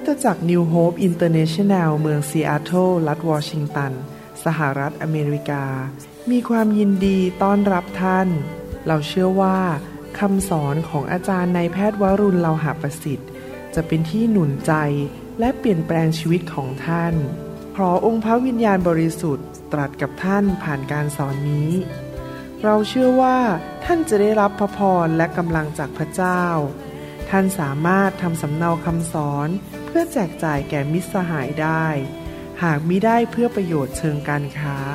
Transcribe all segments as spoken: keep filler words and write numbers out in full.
ตจักร New Hope International เมืองซีแอตเทิลรัฐวอชิงตันสหรัฐอเมริกามีความยินดีต้อนรับท่านเราเชื่อว่าคำสอนของอาจารย์นายแพทย์วรุณ เลาหะประสิทธิ์จะเป็นที่หนุนใจและเปลี่ยนแปลงชีวิตของท่านขอองค์พระวิญญาณบริสุทธิ์ตรัสกับท่านผ่านการสอนนี้เราเชื่อว่าท่านจะได้รับพระพรและกำลังจากพระเจ้าท่านสามารถทำสำเนาคำสอนเพื่อแจกจ่ายแก่มิตรสหายได้หากมิได้เพื่อประโยชน์เชิงการค้า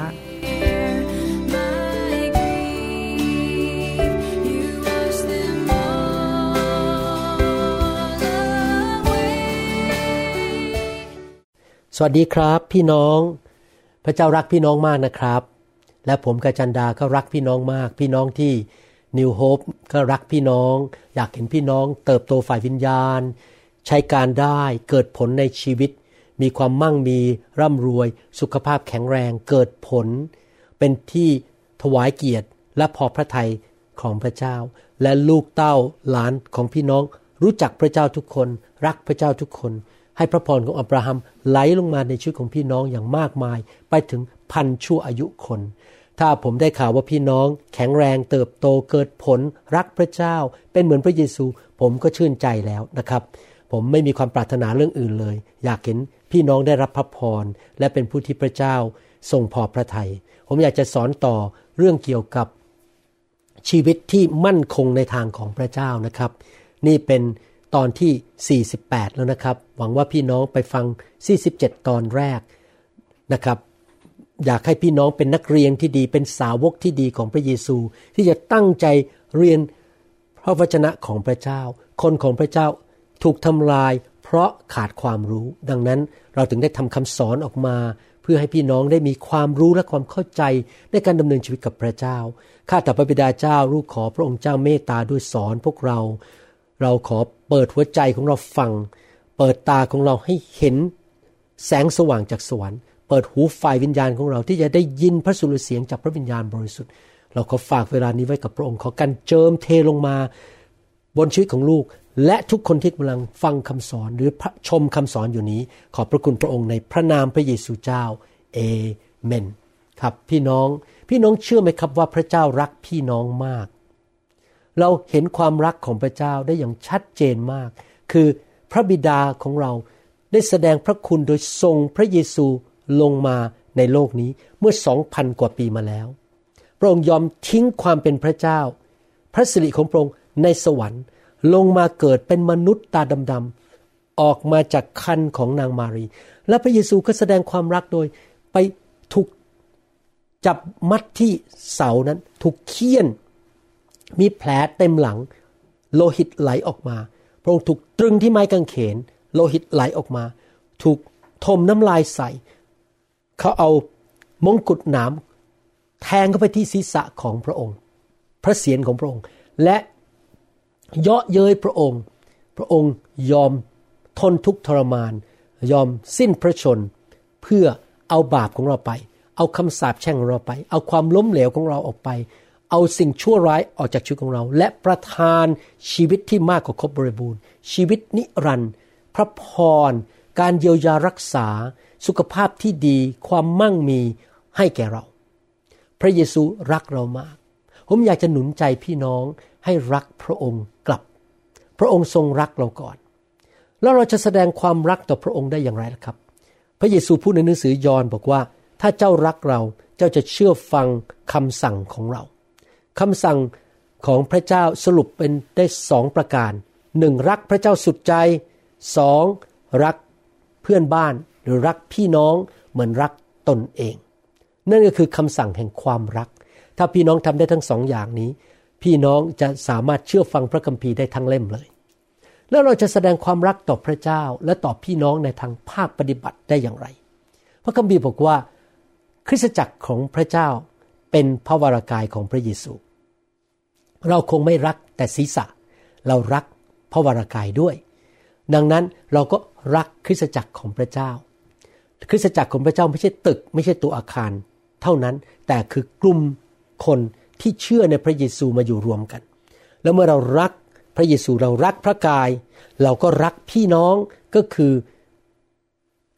สวัสดีครับพี่น้องพระเจ้ารักพี่น้องมากนะครับและผมกับจันดาก็รักพี่น้องมากพี่น้องที่ New Hope ก็รักพี่น้องอยากเห็นพี่น้องเติบโตฝ่ายวิญญาณใช้การได้เกิดผลในชีวิตมีความมั่งมีร่ำรวยสุขภาพแข็งแรงเกิดผลเป็นที่ถวายเกียรติและพอพระทัยของพระเจ้าและลูกเต้าหลานของพี่น้องรู้จักพระเจ้าทุกคนรักพระเจ้าทุกคนให้พระพรของอับราฮัมไหลลงมาในชีวิตของพี่น้องอย่างมากมายไปถึงพันชั่วอายุคนถ้าผมได้ข่าวว่าพี่น้องแข็งแรงเติบโตเกิดผลรักพระเจ้าเป็นเหมือนพระเยซูผมก็ชื่นใจแล้วนะครับผมไม่มีความปรารถนาเรื่องอื่นเลยอยากเห็นพี่น้องได้รับพระพรและเป็นผู้ที่พระเจ้าทรงพอพระทัยผมอยากจะสอนต่อเรื่องเกี่ยวกับชีวิตที่มั่นคงในทางของพระเจ้านะครับนี่เป็นตอนที่สี่สิบแปดแล้วนะครับหวังว่าพี่น้องไปฟังสี่สิบเจ็ดตอนแรกนะครับอยากให้พี่น้องเป็นนักเรียนที่ดีเป็นสาวกที่ดีของพระเยซูที่จะตั้งใจเรียนพระวจนะของพระเจ้าคนของพระเจ้าถูกทำลายเพราะขาดความรู้ดังนั้นเราถึงได้ทำคำสอนออกมาเพื่อให้พี่น้องได้มีความรู้และความเข้าใจในการดำเนินชีวิตกับพระเจ้าข้าแต่พระบิดาเจ้าลูกขอพระองค์เจ้าเมตตาด้วยสอนพวกเราเราขอเปิดหัวใจของเราฟังเปิดตาของเราให้เห็นแสงสว่างจากสวรรค์เปิดหูฝ่ายวิญญาณของเราที่จะได้ยินพระสุรเสียงจากพระวิญญาณบริสุทธิ์เราขอฝากเวลานี้ไว้กับพระองค์ขอการเจิมเทลงมาบนชีวิตของลูกและทุกคนที่กำลังฟังคำสอนหรือชมคำสอนอยู่นี้ขอบพระคุณพระองค์ในพระนามพระเยซูเจ้าเอเมนครับพี่น้องพี่น้องเชื่อไหมครับว่าพระเจ้ารักพี่น้องมากเราเห็นความรักของพระเจ้าได้อย่างชัดเจนมากคือพระบิดาของเราได้แสดงพระคุณโดยส่งพระเยซูลงมาในโลกนี้เมื่อ สองพัน กว่าปีมาแล้วพระองค์ยอมทิ้งความเป็นพระเจ้าพระสิริของพระองค์ในสวรรค์ลงมาเกิดเป็นมนุษย์ตาดำๆออกมาจากครรภ์ของนางมารีและพระเยซูก็แสดงความรักโดยไปถูกจับมัดที่เสานั้นถูกเฆี่ยนมีแผลเต็มหลังโลหิตไหลออกมาพระองค์ถูกตรึงที่ไม้กางเขนโลหิตไหลออกมาถูกทมน้ำลายใส่เขาเอามงกุฎหนามแทงเข้าไปที่ศีรษะของพระองค์พระเศียรของพระองค์และเยาะเย้ยพระองค์พระองค์ยอมทนทุกข์ทรมานยอมสิ้นพระชนเพื่อเอาบาปของเราไปเอาคำสาปแช่งของเราไปเอาความล้มเหลวของเราออกไปเอาสิ่งชั่วร้ายออกจากชีวิตของเราและประทานชีวิตที่มากกว่าครบบริบูรณ์ชีวิตนิรันดร์พระพรการเยียวยารักษาสุขภาพที่ดีความมั่งมีให้แก่เราพระเยซูรักเรามากผมอยากจะหนุนใจพี่น้องให้รักพระองค์กลับพระองค์ทรงรักเราก่อนแล้วเราจะแสดงความรักต่อพระองค์ได้อย่างไรล่ะครับพระเยซูพูดในหนังสือยอห์นบอกว่าถ้าเจ้ารักเราเจ้าจะเชื่อฟังคำสั่งของเราคำสั่งของพระเจ้าสรุปเป็นได้สองประการหนึ่งรักพระเจ้าสุดใจสองรักเพื่อนบ้านหรือรักพี่น้องเหมือนรักตนเองนั่นก็คือคำสั่งแห่งความรักถ้าพี่น้องทำได้ทั้งสองอย่างนี้พี่น้องจะสามารถเชื่อฟังพระคัมภีร์ได้ทั้งเล่มเลยแล้วเราจะแสดงความรักต่อพระเจ้าและต่อพี่น้องในทางภาคปฏิบัติได้อย่างไรพระคัมภีร์บอกว่าคริสตจักรของพระเจ้าเป็นพระวรากายของพระเยซูเราคงไม่รักแต่ศีรษะเรารักพระวรากายด้วยดังนั้นเราก็รักคริสตจักรของพระเจ้าคริสตจักรของพระเจ้าไม่ใช่ตึกไม่ใช่ตัวอาคารเท่านั้นแต่คือกลุ่มคนที่เชื่อในพระเยซูมาอยู่รวมกันแล้วเมื่อเรารักพระเยซูเรารักพระกายเราก็รักพี่น้องก็คือ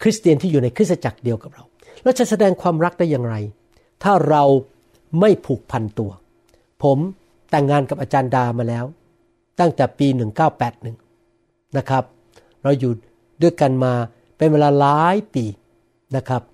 คริสเตียนที่อยู่ในคริสตจักรเดียวกับเราเราจะแสดงความรักได้อย่างไรถ้าเราไม่ผูกพันตัวผมแต่งงานกับอาจารย์ดามาแล้วตั้งแต่ปีหนึ่งเก้าแปดหนึ่งนะครับเราอยู่ด้วยกันมาเป็นเวลาหลายปีนะครับ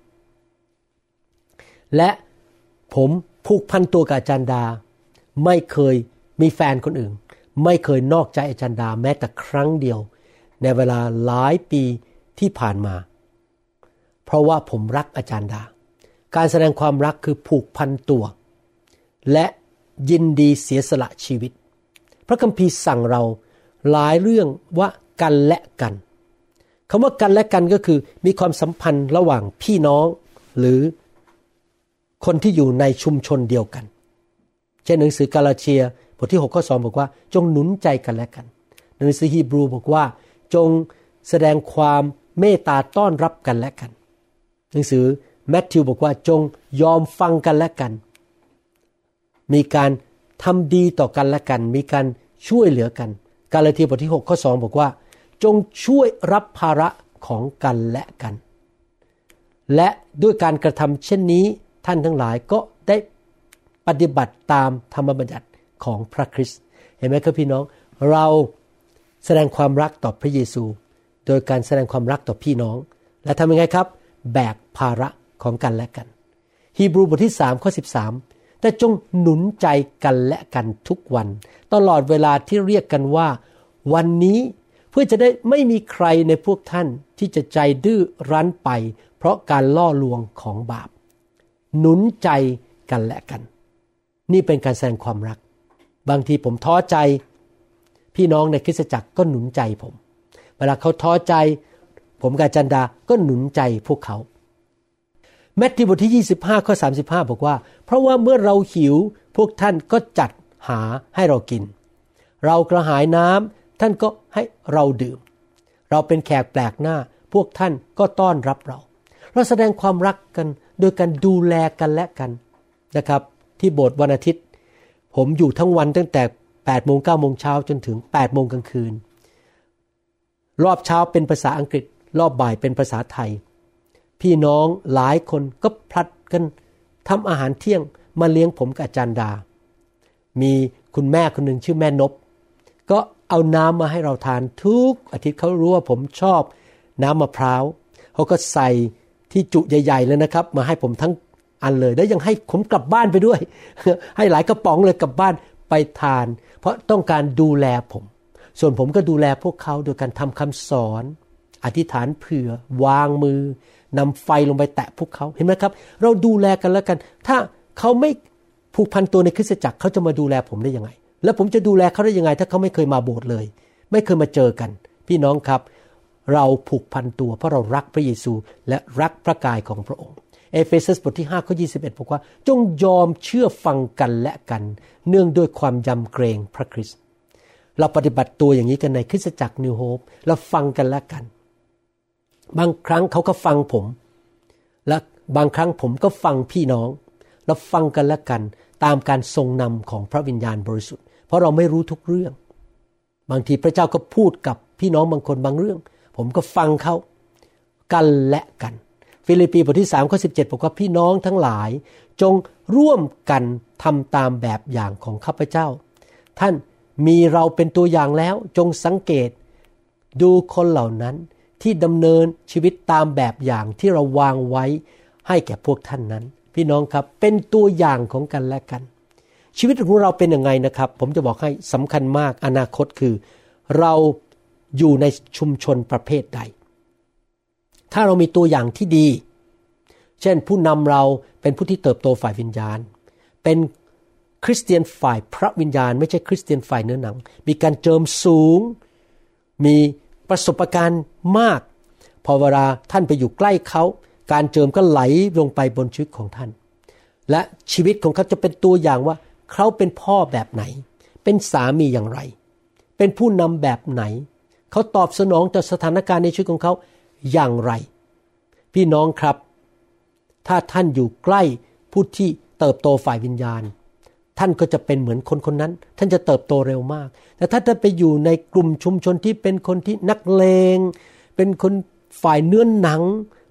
และผมผูกพันตัวกับอาจารย์ดาไม่เคยมีแฟนคนอื่นไม่เคยนอกใจอาจารย์ดาแม้แต่ครั้งเดียวในเวลาหลายปีที่ผ่านมาเพราะว่าผมรักอาจารย์ดาการแสดงความรักคือผูกพันตัวและยินดีเสียสละชีวิตพระคัมภีร์สั่งเราหลายเรื่องว่ากันและกันคำว่ากันและกันก็คือมีความสัมพันธ์ระหว่างพี่น้องหรือคนที่อยู่ในชุมชนเดียวกันเช่นหนังสือกาลาเทียบทที่หกข้อสองบอกว่าจงหนุนใจกันและกันหนังสือฮีบรูบอกว่าจงแสดงความเมตตาต้อนรับกันและกันหนังสือแมทธิวบอกว่าจงยอมฟังกันและกันมีการทำดีต่อกันและกันมีการช่วยเหลือกันกาลาเทียบทที่หกข้อสองบอกว่าจงช่วยรับภาระของกันและกันและด้วยการกระทำเช่นนี้ท่านทั้งหลายก็ได้ปฏิบัติตามธรรมบัญญัติของพระคริสต์เห็นไหมครับพี่น้องเราแสดงความรักต่อพระเยซูโดยการแสดงความรักต่อพี่น้องและทำยังไงครับแบกภาระของกันและกันฮีบรูบทที่สามข้อสิบสามแต่จงหนุนใจกันและกันทุกวันตลอดเวลาที่เรียกกันว่าวันนี้เพื่อจะได้ไม่มีใครในพวกท่านที่จะใจดื้อรั้นไปเพราะการล่อลวงของบาปหนุนใจกันและกันนี่เป็นการแสดงความรักบางทีผมท้อใจพี่น้องในคริสตจักรก็หนุนใจผมเวลาเขาท้อใจผมกับอาจารย์ดาก็หนุนใจพวกเขาแมทธิวบทที่ยี่สิบห้าข้อสามสิบห้าบอกว่าเพราะว่าเมื่อเราหิวพวกท่านก็จัดหาให้เรากินเรากระหายน้ำท่านก็ให้เราดื่มเราเป็นแขกแปลกหน้าพวกท่านก็ต้อนรับเราเราแสดงความรักกันโดยการดูแลกันและกันนะครับที่โบสถ์วันอาทิตย์ผมอยู่ทั้งวันตั้งแต่แปดโมงเก้าโมงเช้าจนถึงแปดโมงกลางคืนรอบเช้าเป็นภาษาอังกฤษรอบบ่ายเป็นภาษาไทยพี่น้องหลายคนก็พลัดกันทำอาหารเที่ยงมาเลี้ยงผมกับอาจารย์ดามีคุณแม่คนหนึ่งชื่อแม่นบก็เอาน้ำมาให้เราทานทุกอาทิตย์เขารู้ว่าผมชอบน้ำมะพร้าวเขาก็ใส่ที่จุใหญ่ๆเลยนะครับมาให้ผมทั้งอันเลยแล้วยังให้ผมกลับบ้านไปด้วย ให้หลายกระป๋องเลยกลับบ้านไปทานเพราะต้องการดูแลผมส่วนผมก็ดูแลพวกเขาโดยการทำคำสอนอธิษฐานเผื่อวางมือนำไฟลงไปแตะพวกเขาเห็นไหมครับเราดูแลกันแล้วกันถ้าเขาไม่ผูกพันตัวในคริสตจักรเขาจะมาดูแลผมได้ยังไงแล้วผมจะดูแลเขาได้ยังไงถ้าเขาไม่เคยมาโบสถ์เลยไม่เคยมาเจอกันพี่น้องครับเราผูกพันตัวเพราะเรารักพระเยซูและรักพระกายของพระองค์เอเฟซัสบทที่ห้าข้อยี่สิบเอ็ดบอกว่าจงยอมเชื่อฟังกันและกันเนื่องด้วยความยำเกรงพระคริสต์เราปฏิบัติตัวอย่างนี้กันในคริสตจักรนิวโฮปเราฟังกันและกันบางครั้งเขาก็ฟังผมและบางครั้งผมก็ฟังพี่น้องเราฟังกันและกันตามการทรงนำของพระวิญญาณบริสุทธิ์เพราะเราไม่รู้ทุกเรื่องบางทีพระเจ้าก็พูดกับพี่น้องบางคนบางเรื่องผมก็ฟังเขากันและกันฟิลิปปีบทที่สามข้อสิบเจ็ดบอกว่าพี่น้องทั้งหลายจงร่วมกันทำตามแบบอย่างของข้าพเจ้าท่านมีเราเป็นตัวอย่างแล้วจงสังเกตดูคนเหล่านั้นที่ดำเนินชีวิตตามแบบอย่างที่เราวางไว้ให้แก่พวกท่านนั้นพี่น้องครับเป็นตัวอย่างของกันและกันชีวิตของเราเป็นยังไงนะครับผมจะบอกให้สำคัญมากอนาคตคือเราอยู่ในชุมชนประเภทใดถ้าเรามีตัวอย่างที่ดีเช่นผู้นำเราเป็นผู้ที่เติบโตฝ่ายวิญญาณเป็นคริสเตียนฝ่ายพระวิญญาณไม่ใช่คริสเตียนฝ่ายเนื้อหนังมีการเจิมสูงมีประสบการณ์มากพอเวลาท่านไปอยู่ใกล้เขาการเจิมก็ไหลลงไปบนชีวิตของท่านและชีวิตของเขาจะเป็นตัวอย่างว่าเขาเป็นพ่อแบบไหนเป็นสามีอย่างไรเป็นผู้นำแบบไหนเขาตอบสนองต่อสถานการณ์ในชีวิตของเขาอย่างไรพี่น้องครับถ้าท่านอยู่ใกล้ผู้ที่เติบโตฝ่ายวิญญาณท่านก็จะเป็นเหมือนคนคนนั้นท่านจะเติบโตเร็วมากแต่ถ้าท่านไปอยู่ในกลุ่มชุมชนที่เป็นคนที่นักเลงเป็นคนฝ่ายเนื้อหนัง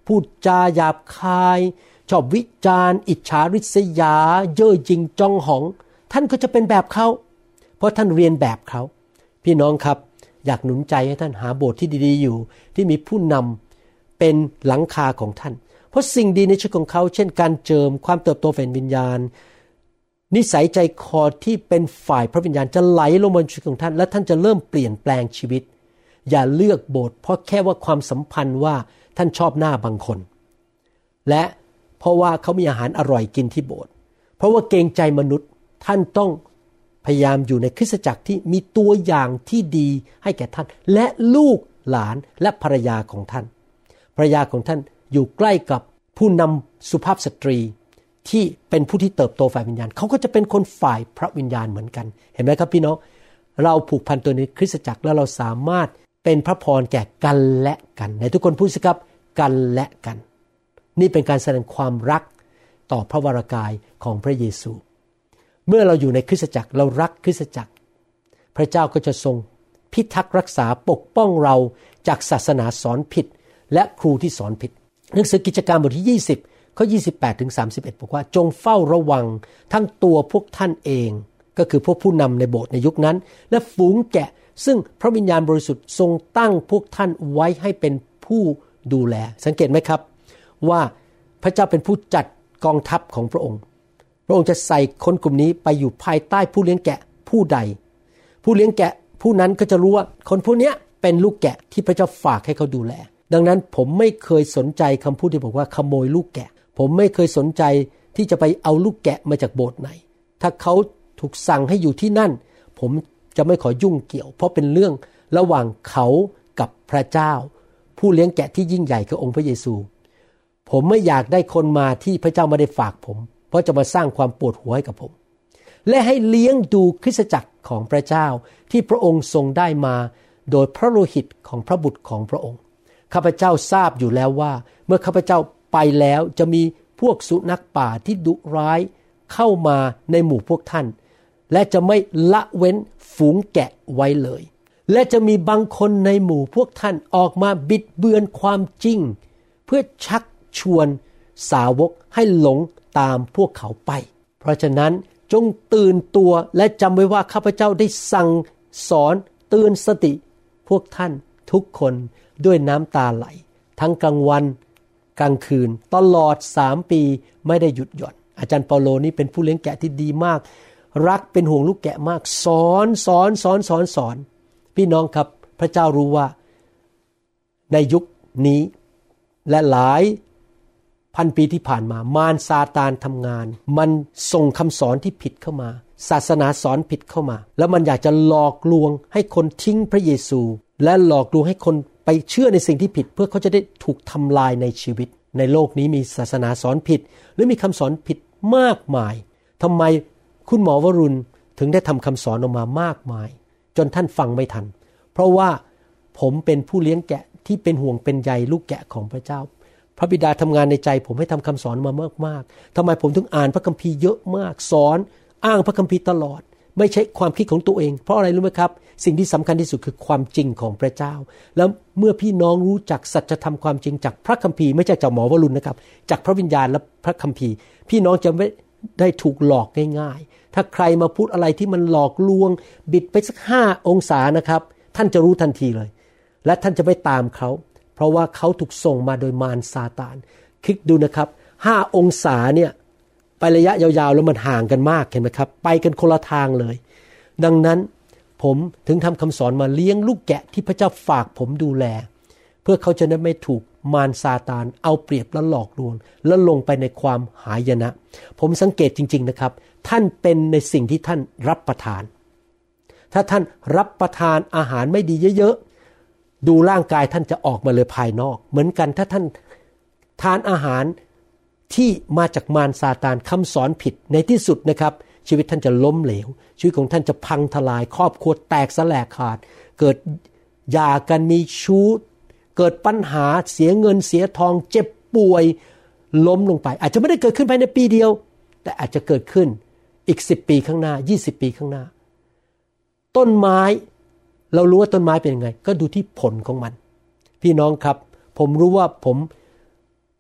พูดจาหยาบคายชอบวิจารณ์อิจฉาริษยาเย่อหยิ่งจองหองท่านก็จะเป็นแบบเขาเพราะท่านเรียนแบบเขาพี่น้องครับอยากหนุนใจให้ท่านหาโบสถ์ที่ดีๆอยู่ที่มีผู้นำเป็นหลังคาของท่านเพราะสิ่งดีในชีวิตของเขาเช่นการเจิมความเติบโตฝ่ายวิญญาณนิสัยใจคอที่เป็นฝ่ายพระวิญญาณจะไหลลงบนชีวิตของท่านและท่านจะเริ่มเปลี่ยนแปลงชีวิตอย่าเลือกโบสถ์เพราะแค่ว่าความสัมพันธ์ว่าท่านชอบหน้าบางคนและเพราะว่าเขามีอาหารอร่อยกินที่โบสถ์เพราะว่าเกรงใจมนุษย์ท่านต้องพยายามอยู่ในคริสตจักรที่มีตัวอย่างที่ดีให้แก่ท่านและลูกหลานและภรรยาของท่านภรรยาของท่านอยู่ใกล้กับผู้นำสุภาพสตรีที่เป็นผู้ที่เติบโตฝ่ายวิญญาณเขาก็จะเป็นคนฝ่ายพระวิญญาณเหมือนกันเห็นไหมครับพี่น้องเราผูกพันตัวในคริสตจักรแล้วเราสามารถเป็นพระพรแก่กันและกันในทุกคนพูดสิครับกันและกันนี่เป็นการแสดงความรักต่อพระวรากายของพระเยซูเมื่อเราอยู่ในคริสตจักรเรารักคริสตจักรพระเจ้าก็จะทรงพิทักษ์รักษาปกป้องเราจากศาสนาสอนผิดและครูที่สอนผิดหนังสือกิจการบทที่ยี่สิบข้อยี่สิบแปดถึงสามสิบเอ็ดบอกว่าจงเฝ้าระวังทั้งตัวพวกท่านเองก็คือพวกผู้นำในโบสถ์ในยุคนั้นและฝูงแกะซึ่งพระวิญญาณบริสุทธิ์ทรงตั้งพวกท่านไว้ให้เป็นผู้ดูแลสังเกตไหมครับว่าพระเจ้าเป็นผู้จัดกองทัพของพระองค์พระองค์จะใส่คนกลุ่มนี้ไปอยู่ภายใต้ผู้เลี้ยงแกะผู้ใดผู้เลี้ยงแกะผู้นั้นก็จะรู้ว่าคนพวกนี้เป็นลูกแกะที่พระเจ้าฝากให้เขาดูแลดังนั้นผมไม่เคยสนใจคำพูดที่บอกว่าขโมยลูกแกะผมไม่เคยสนใจที่จะไปเอาลูกแกะมาจากโบสถ์ไหนถ้าเขาถูกสั่งให้อยู่ที่นั่นผมจะไม่ขอยุ่งเกี่ยวเพราะเป็นเรื่องระหว่างเขากับพระเจ้าผู้เลี้ยงแกะที่ยิ่งใหญ่คือองค์พระเยซูผมไม่อยากได้คนมาที่พระเจ้าไม่ได้ฝากผมเพราะจะมาสร้างความปวดหัวให้กับผมและให้เลี้ยงดูคริสตจักรของพระเจ้าที่พระองค์ทรงได้มาโดยพระโลหิตของพระบุตรของพระองค์ข้าพเจ้าทราบอยู่แล้วว่าเมื่อข้าพเจ้าไปแล้วจะมีพวกสุนัขป่าที่ดุร้ายเข้ามาในหมู่พวกท่านและจะไม่ละเว้นฝูงแกะไว้เลยและจะมีบางคนในหมู่พวกท่านออกมาบิดเบือนความจริงเพื่อชักชวนสาวกให้หลงตามพวกเขาไปเพราะฉะนั้นจงตื่นตัวและจำไว้ว่าข้าพเจ้าได้สั่งสอนเตือนสติพวกท่านทุกคนด้วยน้ำตาไหลทั้งกลางวันกลางคืนตลอดสามปีไม่ได้หยุดหย่อนอาจารย์เปาโลนี่เป็นผู้เลี้ยงแกะที่ดีมากรักเป็นห่วงลูกแกะมากสอนสอนสอนสอนสอนพี่น้องครับพระเจ้ารู้ว่าในยุคนี้และหลายพันปีที่ผ่านมามารซาตานทำงานมันส่งคำสอนที่ผิดเข้ามาศาสนาสอนผิดเข้ามาแล้วมันอยากจะหลอกลวงให้คนทิ้งพระเยซูและหลอกลวงให้คนไปเชื่อในสิ่งที่ผิดเพื่อเขาจะได้ถูกทำลายในชีวิตในโลกนี้มีศาสนาสอนผิดหรือมีคำสอนผิดมากมายทำไมคุณหมอวรุณถึงได้ทำคำสอนออกมามากมายจนท่านฟังไม่ทันเพราะว่าผมเป็นผู้เลี้ยงแกะที่เป็นห่วงเป็นใยลูกแกะของพระเจ้าพระบิดาทำงานในใจผมให้ทำคำสอนมามากๆทำไมผมถึงอ่านพระคัมภีร์เยอะมากสอนอ้างพระคัมภีร์ตลอดไม่ใช่ความคิดของตัวเองเพราะอะไรรู้ไหมครับสิ่งที่สำคัญที่สุดคือความจริงของพระเจ้าแล้วเมื่อพี่น้องรู้จักสัจธรรมความจริงจากพระคัมภีร์ไม่ใช่จากหมอวรุณนะครับจากพระวิญญาณและพระคัมภีร์พี่น้องจะไม่ได้ถูกหลอกง่ายๆถ้าใครมาพูดอะไรที่มันหลอกลวงบิดไปสักห้าองศานะครับท่านจะรู้ทันทีเลยและท่านจะไม่ตามเขาเพราะว่าเขาถูกส่งมาโดยมารซาตานคลิกดูนะครับห้าองศาเนี่ยไประยะยาวๆแล้วมันห่างกันมากเห็นไหมครับไปกันคนละทางเลยดังนั้นผมถึงทำคำสอนมาเลี้ยงลูกแกะที่พระเจ้าฝากผมดูแลเพื่อเขาจะได้ไม่ถูกมารซาตานเอาเปรียบและหลอกลวงและลงไปในความหายนะผมสังเกตจริงๆนะครับท่านเป็นในสิ่งที่ท่านรับประทานถ้าท่านรับประทานอาหารไม่ดีเยอะๆดูร่างกายท่านจะออกมาเลยภายนอกเหมือนกันถ้าท่านทานอาหารที่มาจากมารซาตานคำสอนผิดในที่สุดนะครับชีวิตท่านจะล้มเหลวชีวิตของท่านจะพังทลายครอบครัวแตกสลายขาดเกิดหย่ากันมีชู้เกิดปัญหาเสียเงินเสียทองเจ็บป่วยล้มลงไปอาจจะไม่ได้เกิดขึ้นภายในปีเดียวแต่อาจจะเกิดขึ้นอีกสิบปีข้างหน้ายี่สิบปีข้างหน้าต้นไม้เรารู้ว่าต้นไม้เป็นยังไงก็ดูที่ผลของมันพี่น้องครับผมรู้ว่าผม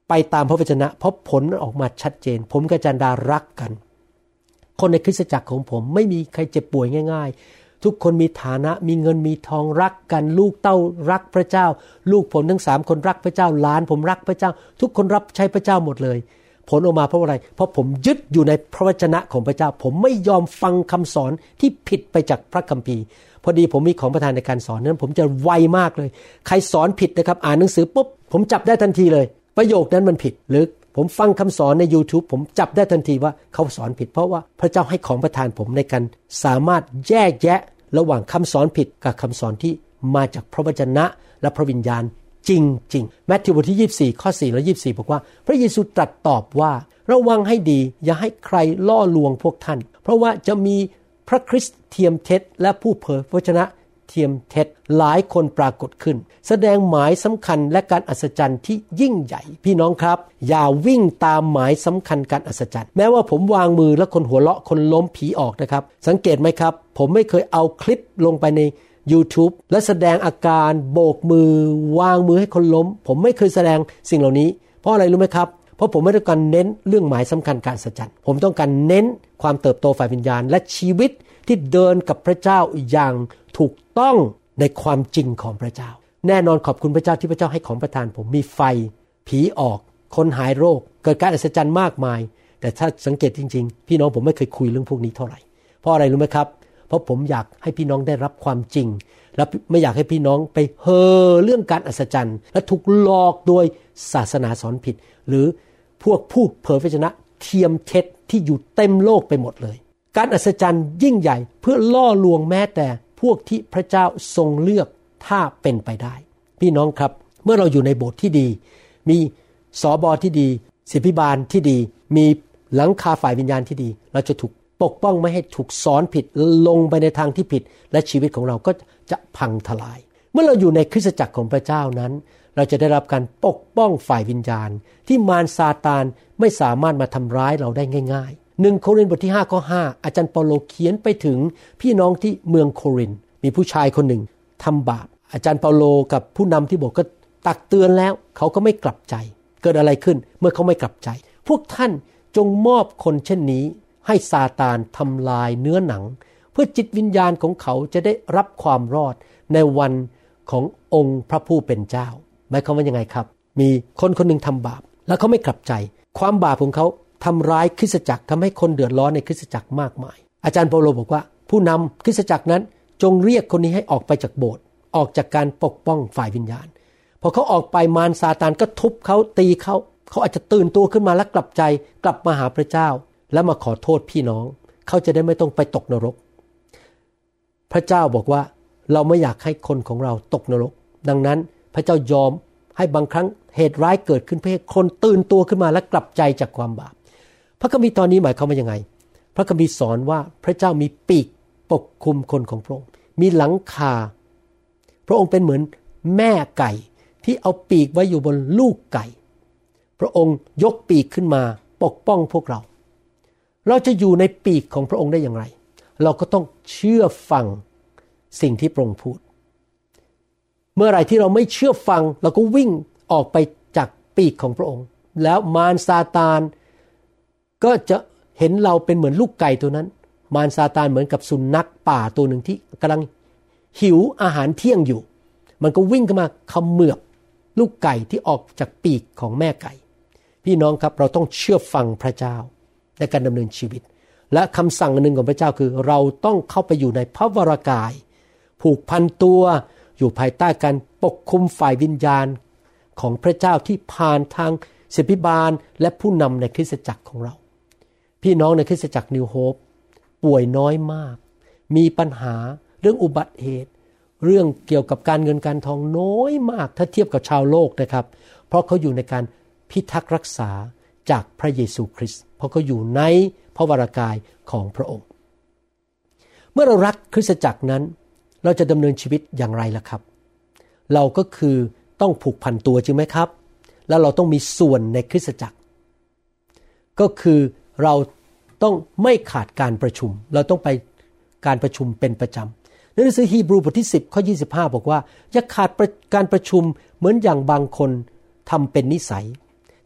ไปตามพระวจนะเพราะผลออกมาชัดเจนผมกับจันดารักกันคนในคริสตจักรของผมไม่มีใครเจ็บป่วยง่ายๆทุกคนมีฐานะมีเงินมีทองรักกันลูกเต้ารักพระเจ้าลูกผมทั้งสามคนรักพระเจ้าหลานผมรักพระเจ้าทุกคนรับใช้พระเจ้าหมดเลยผลออกมาเพราะอะไรเพราะผมยึดอยู่ในพระวจนะของพระเจ้าผมไม่ยอมฟังคำสอนที่ผิดไปจากพระคัมภีร์พอดีผมมีของประทานในการสอนนั้นผมจะไวมากเลยใครสอนผิดนะครับอ่านหนังสือปุ๊บผมจับได้ทันทีเลยประโยคนั้นมันผิดหรือผมฟังคำสอนใน YouTube ผมจับได้ทันทีว่าเขาสอนผิดเพราะว่าพระเจ้าให้ของประทานผมในการสามารถแยกแยะระหว่างคำสอนผิดกับคำสอนที่มาจากพระวจนะและพระวิญญาณจริงๆแมทธิวบทที่ยี่สิบสี่ข้อสี่และยี่สิบสี่บอกว่าพระเยซูตรัสตอบว่าระวังให้ดีอย่าให้ใครล่อลวงพวกท่านเพราะว่าจะมีพระคริสต์เทียมเท็จและผู้เผยพระวจนะเทียมเท็จหลายคนปรากฏขึ้นแสดงหมายสำคัญและการอัศจรรย์ที่ยิ่งใหญ่พี่น้องครับอย่าวิ่งตามหมายสำคัญการอัศจรรย์แม้ว่าผมวางมือแล้วคนหัวเราะคนล้มผีออกนะครับสังเกตไหมครับผมไม่เคยเอาคลิปลงไปใน YouTube และแสดงอาการโบกมือวางมือให้คนล้มผมไม่เคยแสดงสิ่งเหล่านี้เพราะอะไรรู้ไหมครับเพราะผมไม่ต้องการเน้นเรื่องหมายสำคัญการอัศจรรย์ผมต้องการเน้นความเติบโตฝ่ายวิญญาณและชีวิตที่เดินกับพระเจ้าอย่างถูกต้องในความจริงของพระเจ้าแน่นอนขอบคุณพระเจ้าที่พระเจ้าให้ของประทานผมมีไฟผีออกคนหายโรคเกิดการอัศจรรย์มากมายแต่ถ้าสังเกตจริงๆพี่น้องผมไม่เคยคุยเรื่องพวกนี้เท่าไหร่เพราะอะไรรู้ไหมครับเพราะผมอยากให้พี่น้องได้รับความจริงและไม่อยากให้พี่น้องไปเฮ่อเรื่องการอัศจรรย์และถูกหลอกโดยศาสนาสอนผิดหรือพวกผู้เผยพระวจนะเทียมเท็จที่อยู่เต็มโลกไปหมดเลยการอัศจรรย์ยิ่งใหญ่เพื่อล่อลวงแม้แต่พวกที่พระเจ้าทรงเลือกถ้าเป็นไปได้พี่น้องครับเมื่อเราอยู่ในโบสถ์ที่ดีมีสบที่ดีศิษย์พิบาลที่ดีมีหลังคาฝ่ายวิญญาณที่ดีเราจะถูกปกป้องไม่ให้ถูกสอนผิดลงไปในทางที่ผิดและชีวิตของเราก็จะพังทลายเมื่อเราอยู่ในคริสตจักรของพระเจ้านั้นเราจะได้รับการปกป้องฝ่ายวิญญาณที่มารซาตานไม่สามารถมาทำร้ายเราได้ง่ายๆหนึ่งโครินธ์บทที่ห้าข้อห้าอาจารย์เปาโลเขียนไปถึงพี่น้องที่เมืองโครินธ์มีผู้ชายคนหนึ่งทำบาปอาจารย์เปาโลกับผู้นำที่โบสถ์ก็ตักเตือนแล้วเขาก็ไม่กลับใจเกิดอะไรขึ้นเมื่อเขาไม่กลับใจพวกท่านจงมอบคนเช่นนี้ให้ซาตานทำลายเนื้อหนังเพื่อจิตวิญญาณของเขาจะได้รับความรอดในวันขององค์พระผู้เป็นเจ้าหมายความว่ายังไงครับมีคนคนหนึ่งทำบาปแล้วเขาไม่กลับใจความบาปของเขาทำร้ายคริสตจักรทำให้คนเดือดร้อนในคริสตจักรมากมายอาจารย์เปาโลบอกว่าผู้นำคริสตจักรนั้นจงเรียกคนนี้ให้ออกไปจากโบสถ์ออกจากการปกป้องฝ่ายวิญญาณพอเขาออกไปมารซาตานก็ทุบเขาตีเขาเขาอาจจะตื่นตัวขึ้นมาและกลับใจกลับมาหาพระเจ้าและมาขอโทษพี่น้องเขาจะได้ไม่ต้องไปตกนรกพระเจ้าบอกว่าเราไม่อยากให้คนของเราตกนรกดังนั้นพระเจ้ายอมให้บางครั้งเหตุร้ายเกิดขึ้นเพื่อให้คนตื่นตัวขึ้นมาและกลับใจจากความบาปพระคัมภีร์ตอนนี้หมายความว่ายังไงพระคัมภีร์สอนว่าพระเจ้ามีปีกปกคลุมคนของพระองค์มีหลังคาพระองค์เป็นเหมือนแม่ไก่ที่เอาปีกไว้อยู่บนลูกไก่พระองค์ยกปีกขึ้นมาปกป้องพวกเราเราจะอยู่ในปีกของพระองค์ได้อย่างไรเราก็ต้องเชื่อฟังสิ่งที่พระองค์พูดเมื่อไหร่ที่เราไม่เชื่อฟังเราก็วิ่งออกไปจากปีกของพระองค์แล้วมารซาตานก็จะเห็นเราเป็นเหมือนลูกไก่ตัวนั้นมารซาตานเหมือนกับสุนัขป่าตัวหนึ่งที่กำลังหิวอาหารเที่ยงอยู่มันก็วิ่งเข้ามาเขมือบลูกไก่ที่ออกจากปีกของแม่ไก่พี่น้องครับเราต้องเชื่อฟังพระเจ้าในการดำเนินชีวิตและคำสั่งหนึ่งของพระเจ้าคือเราต้องเข้าไปอยู่ในพระวรากายผูกพันตัวอยู่ภายใต้การปกคุมฝ่ายวิญญาณของพระเจ้าที่ผ่านทางศิษย์พิบาลและผู้นำในคริสตจักรของเราพี่น้องในคริสตจักรนิวโฮปป่วยน้อยมากมีปัญหาเรื่องอุบัติเหตุเรื่องเกี่ยวกับการเงินการทองน้อยมากถ้าเทียบกับชาวโลกนะครับเพราะเขาอยู่ในการพิทักษ์รักษาจากพระเยซูคริสต์เพราะเขาอยู่ในพระวรากายของพระองค์เมื่อเรารักคริสตจักรนั้นเราจะดำเนินชีวิตอย่างไรล่ะครับเราก็คือต้องผูกพันตัวจริงไหมครับแล้วเราต้องมีส่วนในคริสตจักรก็คือเราต้องไม่ขาดการประชุมเราต้องไปการประชุมเป็นประจำในหนังสือฮีบรูบทที่สิบข้อยี่สิบห้าบอกว่าอย่าขาดการประชุมเหมือนอย่างบางคนทำเป็นนิสัย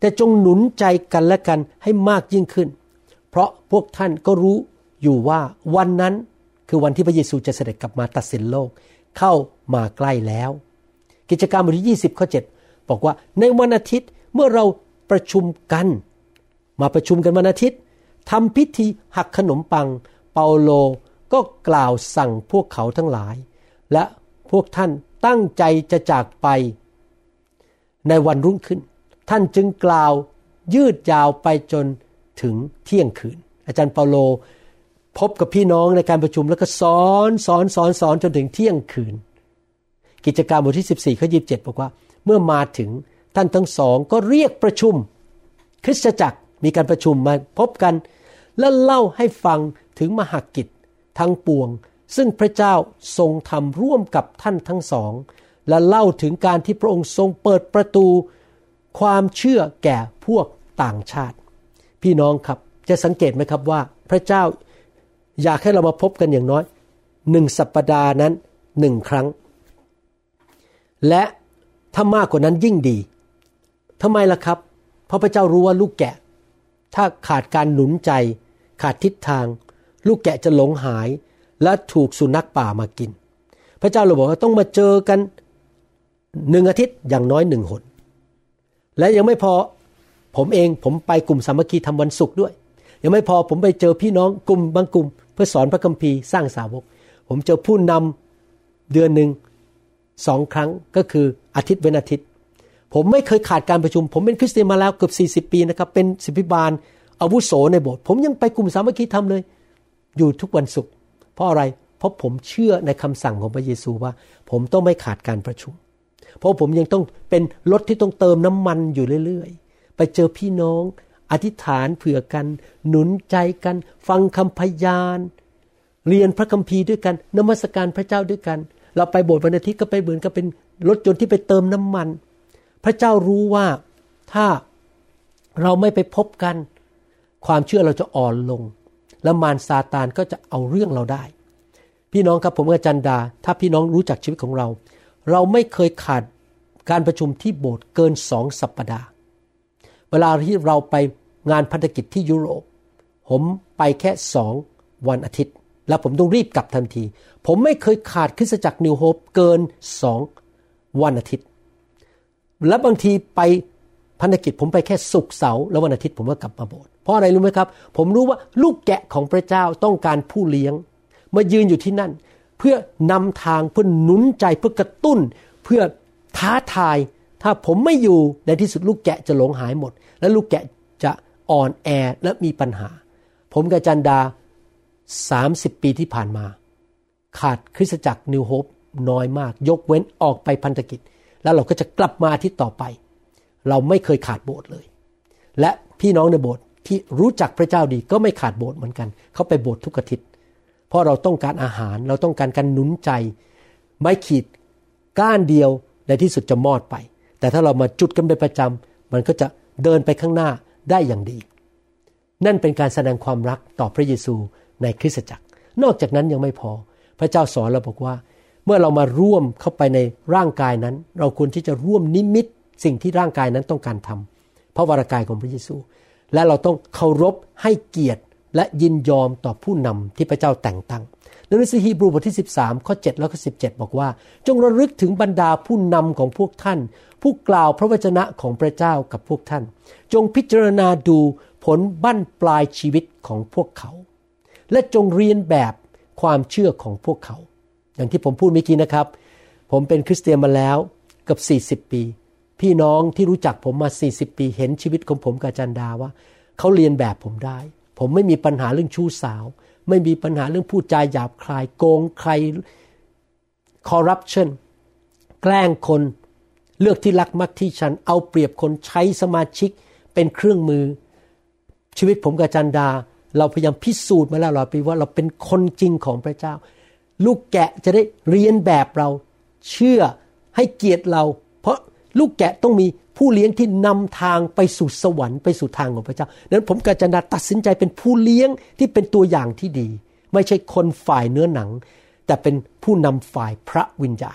แต่จงหนุนใจกันและกันให้มากยิ่งขึ้นเพราะพวกท่านก็รู้อยู่ว่าวันนั้นคือวันที่พระเยซูจะเสด็จกลับมาตัดสินโลกเข้ามาใกล้แล้วกิจการบทที่ยี่สิบข้อเจ็ดบอกว่าในวันอาทิตย์เมื่อเราประชุมกันมาประชุมกันวันอาทิตย์ทำพิธีหักขนมปังเปาโลก็กล่าวสั่งพวกเขาทั้งหลายและพวกท่านตั้งใจจะจากไปในวันรุ่งขึ้นท่านจึงกล่าวยืดยาวไปจนถึงเที่ยงคืนอาจารย์เปาโลพบกับพี่น้องในการประชุมแล้วก็สอนสอนสอนสอนจนถึงเที่ยงคืนกิจการบทที่สิบสี่ข้อยี่สิบเจ็ดบอกว่าเมื่อมาถึงท่านทั้งสองก็เรียกประชุมคริสตจักรมีการประชุมมาพบกันและเล่าให้ฟังถึงมหกิจทั้งปวงซึ่งพระเจ้าทรงทำร่วมกับท่านทั้งสองและเล่าถึงการที่พระองค์ทรงเปิดประตูความเชื่อแก่พวกต่างชาติพี่น้องครับจะสังเกตไหมครับว่าพระเจ้าอยากให้เรามาพบกันอย่างน้อยหนึ่งสัปดาห์นั้นหนึ่งครั้งและถ้ามากกว่านั้นยิ่งดีทำไมล่ะครับเพราะพระเจ้ารู้ว่าลูกแกะถ้าขาดการหนุนใจขาดทิศทางลูกแกะจะหลงหายและถูกสุนัขป่ามากินพระเจ้าเลยบอกว่าต้องมาเจอกันหนึ่งอาทิตย์อย่างน้อยหนึ่งหนและยังไม่พอผมเองผมไปกลุ่มสามัคคีทำวันศุกร์ด้วยยังไม่พอผมไปเจอพี่น้องกลุ่มบางกลุ่มเพื่อสอนพระคัมภีร์สร้างสาวกผมเจอผู้นำเดือนหนึ่งสองครั้งก็คืออาทิตย์เว้นอาทิตย์ผมไม่เคยขาดการประชุมผมเป็นคริสเตียนมาแล้วเกือบสี่สิบปีนะครับเป็นศิษย์บาลอาวุโสในโบสถ์ผมยังไปกลุ่มสามัคคีทำเลยอยู่ทุกวันศุกร์เพราะอะไรเพราะผมเชื่อในคำสั่งของพระเยซูว่าผมต้องไม่ขาดการประชุมเพราะผมยังต้องเป็นรถที่ต้องเติมน้ำมันอยู่เรื่อยๆไปเจอพี่น้องอธิษฐานเผื่อกันหนุนใจกันฟังคำพยานเรียนพระคัมภีร์ด้วยกันนมัสการพระเจ้าด้วยกันเราไปโบสถ์วันอาทิตย์ก็ไปเหมือนกับเป็นรถยนต์ที่ไปเติมน้ำมันพระเจ้ารู้ว่าถ้าเราไม่ไปพบกันความเชื่อเราจะอ่อนลงและมารซาตานก็จะเอาเรื่องเราได้พี่น้องครับผมกับจันดาถ้าพี่น้องรู้จักชีวิตของเราเราไม่เคยขาดการประชุมที่โบสถ์เกินสองสัปดาห์เวลาที่เราไปงานพันธกิจที่ยุโรปผมไปแค่สองวันอาทิตย์แล้วผมต้องรีบกลับทันทีผมไม่เคยขาดคริสตจักรนิวโฮปเกินสองวันอาทิตย์และบางทีไปพันธกิจผมไปแค่ศุกร์เสาร์แล้ววันอาทิตย์ผมก็กลับมาโบสถ์เพราะอะไรรู้ไหมครับผมรู้ว่าลูกแกะของพระเจ้าต้องการผู้เลี้ยงมายืนอยู่ที่นั่นเพื่อนำทางเพื่อหนุนใจเพื่อกระตุ้นเพื่อท้าทายถ้าผมไม่อยู่ในที่สุดลูกแกะจะหลงหายหมดและลูกแกะจะอ่อนแอและมีปัญหาผมกับจันดาสามสิบปีที่ผ่านมาขาดคริสตจักรนิวโฮปน้อยมากยกเว้นออกไปพันธกิจแล้วเราก็จะกลับมาอาทิตย์ต่อไปเราไม่เคยขาดโบสถ์เลยและพี่น้องในโบสถ์ที่รู้จักพระเจ้าดีก็ไม่ขาดโบสถ์เหมือนกันเขาไปโบสถ์ทุกอาทิตย์เพราะเราต้องการอาหารเราต้องการการหนุนใจไม้ขีดก้านเดียวในที่สุดจะมอดไปแต่ถ้าเรามาจุดกันเป็นประจำมันก็จะเดินไปข้างหน้าได้อย่างดีนั่นเป็นการแสดงความรักต่อพระเยซูในคริสตจักรนอกจากนั้นยังไม่พอพระเจ้าสอนเราบอกว่าเมื่อเรามาร่วมเข้าไปในร่างกายนั้นเราควรที่จะร่วมนิมิตสิ่งที่ร่างกายนั้นต้องการทำพระวรากายของพระเยซูและเราต้องเคารพให้เกียรติและยินยอมต่อผู้นำที่พระเจ้าแต่งตั้งในหนังสือฮีบรูบทที่สิบสามข้อเจ็ดแล้วก็สิบเจ็ดบอกว่าจงระลึกถึงบรรดาผู้นำของพวกท่านผู้กล่าวพระวจนะของพระเจ้ากับพวกท่านจงพิจารณาดูผลบั้นปลายชีวิตของพวกเขาและจงเรียนแบบความเชื่อของพวกเขาอย่างที่ผมพูดเมื่อกี้นะครับผมเป็นคริสเตียนมาแล้วเกือบสี่สิบปีพี่น้องที่รู้จักผมมาสี่สิบปีเห็นชีวิตของผมกับจันดาว่าเขาเรียนแบบผมได้ผมไม่มีปัญหาเรื่องชู้สาวไม่มีปัญหาเรื่องพูดจาหยาบคายโกงใครคอร์รัปชันแกล้งคนเลือกที่รักมักที่ชันเอาเปรียบคนใช้สมาชิกเป็นเครื่องมือชีวิตผมกับจันดาเราพยายามพิสูจน์มาแล้วหลายปีว่าเราเป็นคนจริงของพระเจ้าลูกแกะจะได้เรียนแบบเราเชื่อให้เกียรติเราเพราะลูกแกะต้องมีผู้เลี้ยงที่นำทางไปสู่สวรรค์ไปสู่ทางของพระเจ้าดังนั้นผมกับจันดาตัดสินใจเป็นผู้เลี้ยงที่เป็นตัวอย่างที่ดีไม่ใช่คนฝ่ายเนื้อหนังแต่เป็นผู้นำฝ่ายพระวิญญาณ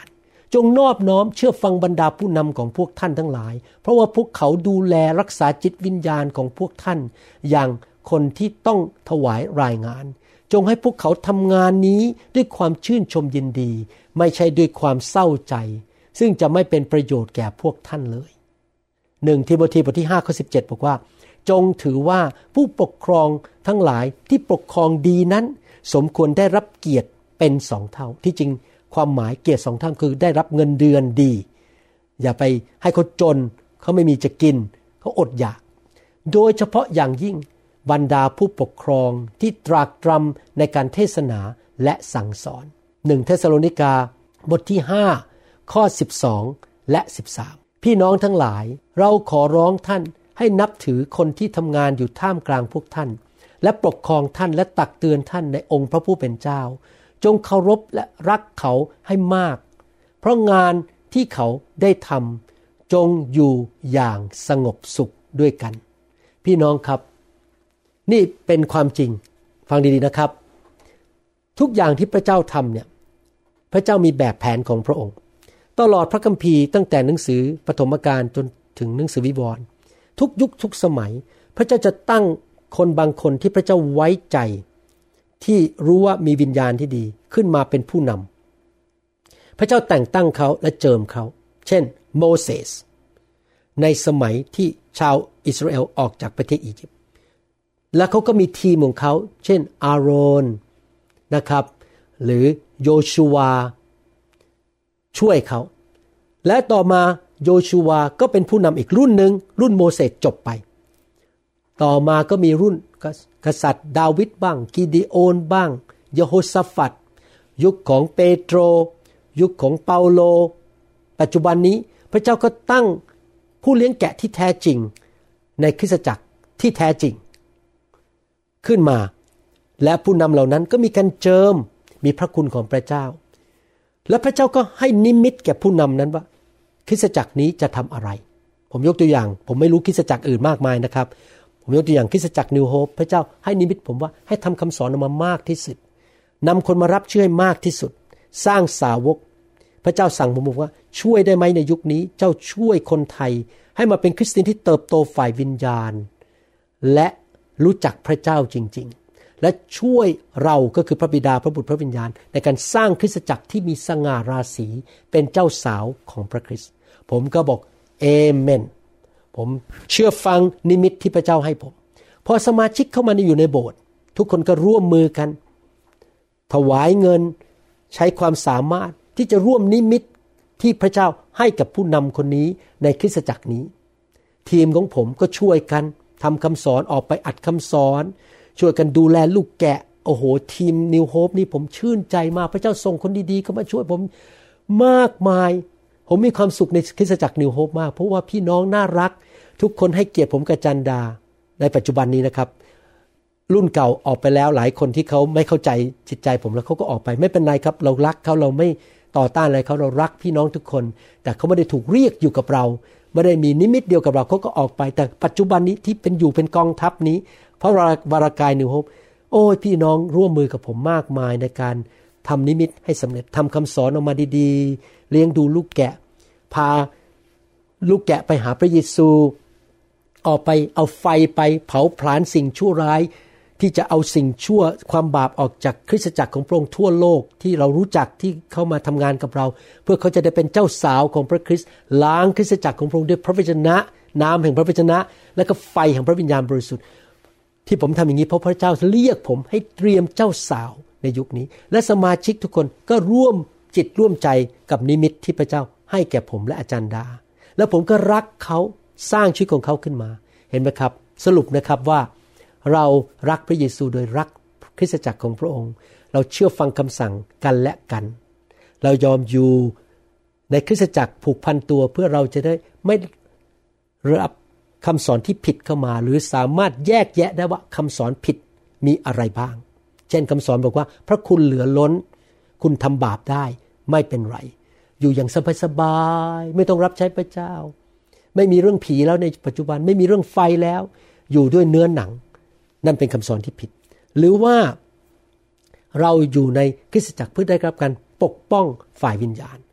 จงนอบน้อมเชื่อฟังบรรดาผู้นำของพวกท่านทั้งหลายเพราะว่าพวกเขาดูแลรักษาจิตวิญญาณของพวกท่านอย่างคนที่ต้องถวายรายงานจงให้พวกเขาทำงานนี้ด้วยความชื่นชมยินดีไม่ใช่ด้วยความเศร้าใจซึ่งจะไม่เป็นประโยชน์แก่พวกท่านเลยหนึ่งทิโมธีบทที่ห้าข้อสิบเจ็ดบอกว่าจงถือว่าผู้ปกครองทั้งหลายที่ปกครองดีนั้นสมควรได้รับเกียรติเป็นสองเท่าที่จริงความหมายเกียรติสองเท่าคือได้รับเงินเดือนดีอย่าไปให้เขาจนเขาไม่มีจะกินเขาอดอยากโดยเฉพาะอย่างยิ่งบรรดาผู้ปกครองที่ตรากตรำในการเทศนาและสั่งสอนหนึ่งเธสะโลนิกาบทที่ห้าข้อสิบสองและสิบสามพี่น้องทั้งหลายเราขอร้องท่านให้นับถือคนที่ทำงานอยู่ท่ามกลางพวกท่านและปกครองท่านและตักเตือนท่านในองค์พระผู้เป็นเจ้าจงเคารพและรักเขาให้มากเพราะงานที่เขาได้ทำจงอยู่อย่างสงบสุขด้วยกันพี่น้องครับนี่เป็นความจริงฟังดีๆนะครับทุกอย่างที่พระเจ้าทำเนี่ยพระเจ้ามีแบบแผนของพระองค์ตลอดพระคัมภีร์ตั้งแต่หนังสือปฐมกาลจนถึงหนังสือวิวรณ์ทุกยุคทุกสมัยพระเจ้าจะตั้งคนบางคนที่พระเจ้าไว้ใจที่รู้ว่ามีวิญญาณที่ดีขึ้นมาเป็นผู้นำพระเจ้าแต่งตั้งเขาและเจิมเขาเช่นโมเสสในสมัยที่ชาวอิสราเอลออกจากประเทศอียิปต์และเขาก็มีทีมของเขาเช่นอาโรนนะครับหรือโยชูวาช่วยเขาและต่อมาโยชูวาก็เป็นผู้นำอีกรุ่นหนึ่งรุ่นโมเสสจบไปต่อมาก็มีรุ่นกษัตริย์ดาวิดบ้างกิดิโอนบ้างเยโฮชาฟัตยุคของเปโตรยุคของเปาโลปัจจุบันนี้พระเจ้าก็ตั้งผู้เลี้ยงแกะที่แท้จริงในคริสตจักรที่แท้จริงขึ้นมาและผู้นำเหล่านั้นก็มีการเจิมมีพระคุณของพระเจ้าและพระเจ้าก็ให้นิมิตแก่ผู้นำนั้นว่าคริสตจักรนี้จะทำอะไรผมยกตัวอย่างผมไม่รู้คริสตจักรอื่นมากมายนะครับผมยกตัวอย่างคริสตจักรนิวโฮปพระเจ้าให้นิมิตผมว่าให้ทำคำสอนออกมามากที่สุดนำคนมารับเชื่อให้มากที่สุดสร้างสาวกพระเจ้าสั่งผมบอกว่าช่วยได้ไหมในยุคนี้เจ้าช่วยคนไทยให้มาเป็นคริสเตียนที่เติบโตฝ่ายวิญญาณและรู้จักพระเจ้าจริงๆและช่วยเราก็คือพระบิดาพระบุตรพระวิญญาณในการสร้างคริสตจักรที่มีสง่าราศีเป็นเจ้าสาวของพระคริสต์ผมก็บอกเอเมนผมเชื่อฟังนิมิตที่พระเจ้าให้ผมพอสมาชิกเข้ามาอยู่ในโบสถ์ทุกคนก็ร่วมมือกันถวายเงินใช้ความสามารถที่จะร่วมนิมิตที่พระเจ้าให้กับผู้นำคนนี้ในคริสตจักรนี้ทีมของผมก็ช่วยกันทำคำสอนออกไปอัดคำสอนช่วยกันดูแลลูกแกะโอ้โหทีมนิวโฮปนี่ผมชื่นใจมากพระเจ้าส่งคนดีๆเข้ามาช่วยผมมากมายผมมีความสุขในคริสตจักรนิวโฮปมากเพราะว่าพี่น้องน่ารักทุกคนให้เกียรติผมกับจันดาในปัจจุบันนี้นะครับรุ่นเก่าออกไปแล้วหลายคนที่เขาไม่เข้าใจจิตใจผมแล้วเขาก็ออกไปไม่เป็นไรครับเรารักเขาเราไม่ต่อต้านอะไรเขาเรารักพี่น้องทุกคนแต่เขาไม่ได้ถูกเรียกอยู่กับเราไม่ได้มีนิมิตเดียวกับเราเขาก็ออกไปแต่ปัจจุบันนี้ที่เป็นอยู่เป็นกองทัพนี้เพราะวารากายนิวโฮปโอ้ยพี่น้องร่วมมือกับผมมากมายในการทำนิมิตให้สำเร็จทำคำสอนออกมาดีๆเลี้ยงดูลูกแกะพาลูกแกะไปหาพระเยซูออกไปเอาไฟไปเผาผลาญสิ่งชั่วร้ายที่จะเอาสิ่งชั่วความบาปออกจากคริสตจักรของพระองค์ทั่วโลกที่เรารู้จักที่เข้ามาทำงานกับเราเพื่อเขาจะได้เป็นเจ้าสาวของพระคริสต์ล้างคริสตจักรของพระองค์ด้วยพระวจนะน้ำแห่งพระวจนะและก็ไฟแห่งพระวิญญาณบริสุทธิ์ที่ผมทำอย่างนี้เพราะพระเจ้าเรียกผมให้เตรียมเจ้าสาวในยุคนี้และสมาชิกทุกคนก็ร่วมจิตร่วมใจกับนิมิตที่พระเจ้าให้แก่ผมและอาจารย์ดาแล้วผมก็รักเขาสร้างชีวิตของเขาขึ้นมาเห็นไหมครับสรุปนะครับว่าเรารักพระเยซูโดยรักคริสตจักรของพระองค์เราเชื่อฟังคำสั่งกันและกันเรายอมอยู่ในคริสตจักรผูกพันตัวเพื่อเราจะได้ไม่รับคำสอนที่ผิดเข้ามาหรือสามารถแยกแยะได้ว่าคำสอนผิดมีอะไรบ้างเช่นคำสอนบอกว่าพระคุณเหลือล้นคุณทำบาปได้ไม่เป็นไรอยู่อย่างสบายๆไม่ต้องรับใช้พระเจ้าไม่มีเรื่องผีแล้วในปัจจุบันไม่มีเรื่องไฟแล้วอยู่ด้วยเนื้อหนังนั่นเป็นคำสอนที่ผิดหรือว่าเราอยู่ในคริสตจักรเพื่อได้รับการปกป้องฝ่ายวิญญาณ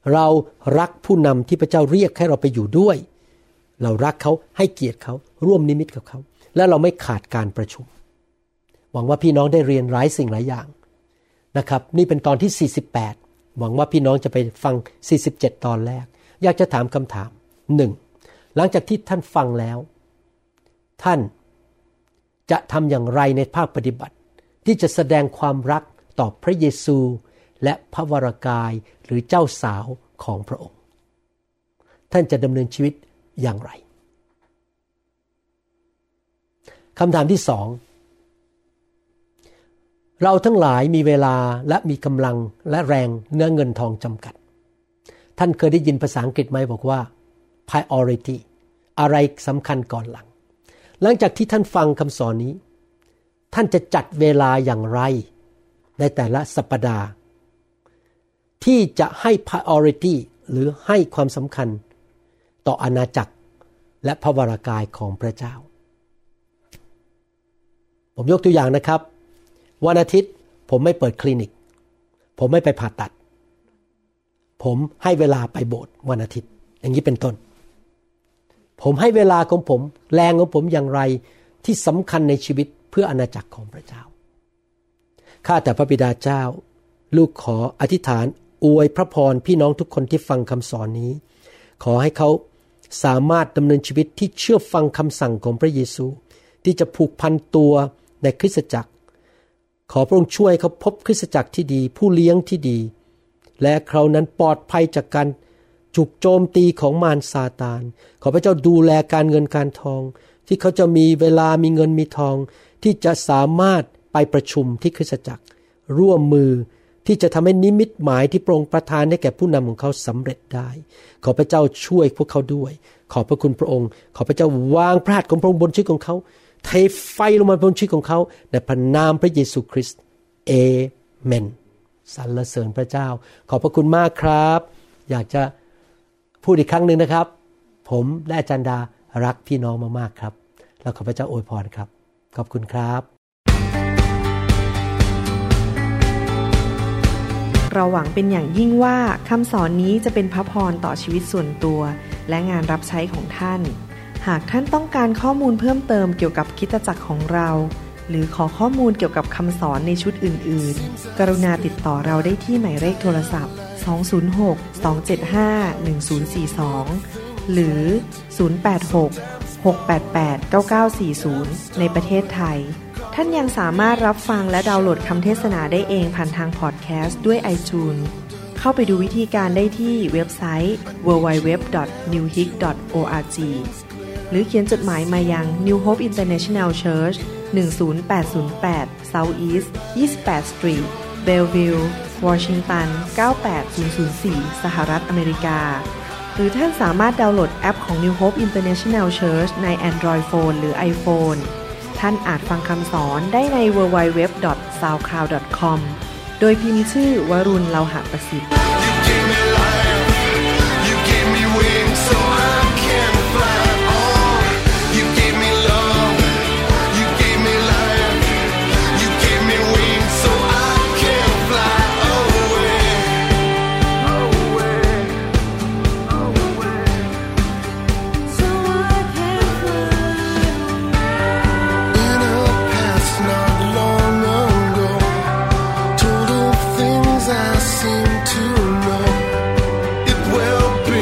เรารักผู้นำที่พระเจ้าเรียกให้เราไปอยู่ด้วยเรารักเขาให้เกียรติเขาร่วมนิมิตกับเขาและเราไม่ขาดการประชุมหวังว่าพี่น้องได้เรียนหลายสิ่งหลายอย่างนะครับนี่เป็นตอนที่สี่สิบแปดหวังว่าพี่น้องจะไปฟังสี่สิบเจ็ดตอนแรกอยากจะถามคำถามหนึ่งหลังจากที่ท่านฟังแล้วท่านจะทำอย่างไรในภาคปฏิบัติที่จะแสดงความรักต่อพระเยซูและพระวรกายหรือเจ้าสาวของพระองค์ท่านจะดำเนินชีวิตอย่างไรคำถามที่สองเราทั้งหลายมีเวลาและมีกำลังและแรงเนื้อเงินทองจำกัดท่านเคยได้ยินภาษาอังกฤษไหมบอกว่า priority อะไรสำคัญก่อนหลังหลังจากที่ท่านฟังคำสอนนี้ท่านจะจัดเวลาอย่างไรในแต่ละสัปดาห์ที่จะให้ priority หรือให้ความสำคัญต่ออาณาจักรและพระวรากายของพระเจ้าผมยกตัวอย่างนะครับวันอาทิตย์ผมไม่เปิดคลินิกผมไม่ไปผ่าตัดผมให้เวลาไปโบสถ์วันอาทิตย์อย่างนี้เป็นต้นผมให้เวลาของผมแรงของผมอย่างไรที่สำคัญในชีวิตเพื่ออาณาจักรของพระเจ้าข้าแต่พระบิดาเจ้าลูกขออธิษฐานอวยพระพรพี่น้องทุกคนที่ฟังคำสอนนี้ขอให้เขาสามารถดำเนินชีวิตที่เชื่อฟังคำสั่งของพระเยซูที่จะผูกพันตัวในคริสตจักรขอพระองค์ช่วยเขาพบคริสตจักรที่ดีผู้เลี้ยงที่ดีและเขานั้นปลอดภัยจากการถูกโจมตีของมารซาตานขอพระเจ้าดูแลการเงินการทองที่เขาจะมีเวลามีเงินมีทองที่จะสามารถไปประชุมที่คริสตจักรร่วมมือที่จะทำให้นิมิตหมายที่พระองค์ประทานให้แก่ผู้นำของเขาสำเร็จได้ขอพระเจ้าช่วยพวกเขาด้วยขอบพระคุณพระองค์ขอพระเจ้าวางพระหัตถ์ของพระองค์บนชีวิตของเขาเทไฟลงมาบนชีวิตของเขาในพระนามพระเยซูคริสต์เอเมนสรรเสริญพระเจ้าขอบพระคุณมากครับอยากจะพูดอีกครั้งหนึ่งนะครับผมและอาจารย์ดารักพี่น้องมากๆครับแล้วขอพระเจ้าอวยพรครับขอบคุณครับเราหวังเป็นอย่างยิ่งว่าคำสอนนี้จะเป็นพระพรต่อชีวิตส่วนตัวและงานรับใช้ของท่านหากท่านต้องการข้อมูลเพิ่มเติมเกี่ยวกับคริสตจักรของเราหรือขอข้อมูลเกี่ยวกับคำสอนในชุดอื่นๆกรุณาติดต่อเราได้ที่หมายเลขโทรศัพท์สอง ศูนย์ หก สอง เจ็ด ห้า หนึ่ง ศูนย์ สี่ สองหรือศูนย์ แปด หก หก แปด แปด เก้า เก้า สี่ ศูนย์ในประเทศไทยท่านยังสามารถรับฟังและดาวน์โหลดคำเทศนาได้เองผ่านทางพอดแคสต์ด้วย iTunes เข้าไปดูวิธีการได้ที่เว็บไซต์ ดับเบิลยู ดับเบิลยู ดับเบิลยู ดอท นิว ฮิก ดอท โอ อาร์ จี หรือเขียนจดหมายมายัง New Hope International Church หนึ่ง ศูนย์ แปด ศูนย์ แปด South East ยี่สิบแปด Street Bellevue Washington เก้า แปด ศูนย์ ศูนย์ สี่ สหรัฐอเมริกาหรือท่านสามารถดาวน์โหลดแอปของ New Hope International Church ใน Android Phone หรือ iPhone ท่านอาจฟังคำสอนได้ใน ดับเบิลยู ดับเบิลยู ดับเบิลยู ดอท ซาวด์คลาวด์ ดอท คอม โดยพิมพ์ชื่อวรุณ เลาหะประสิทธิ์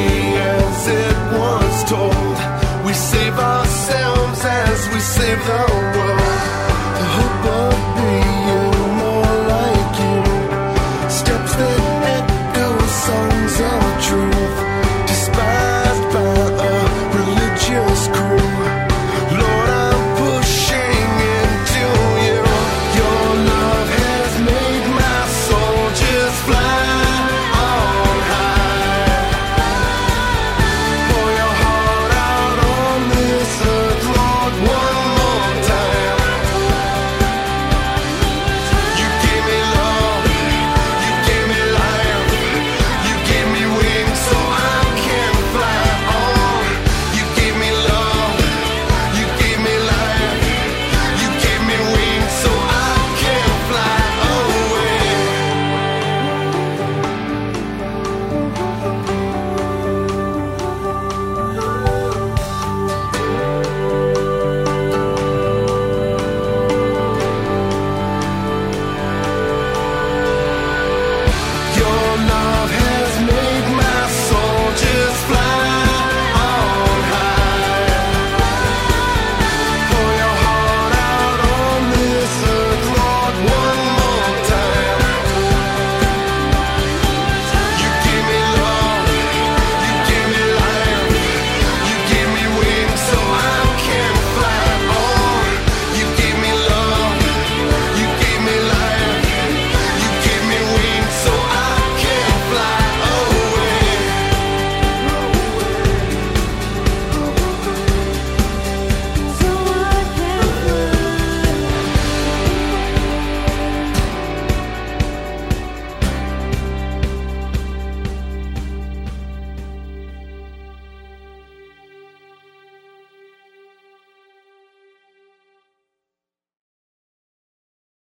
Save the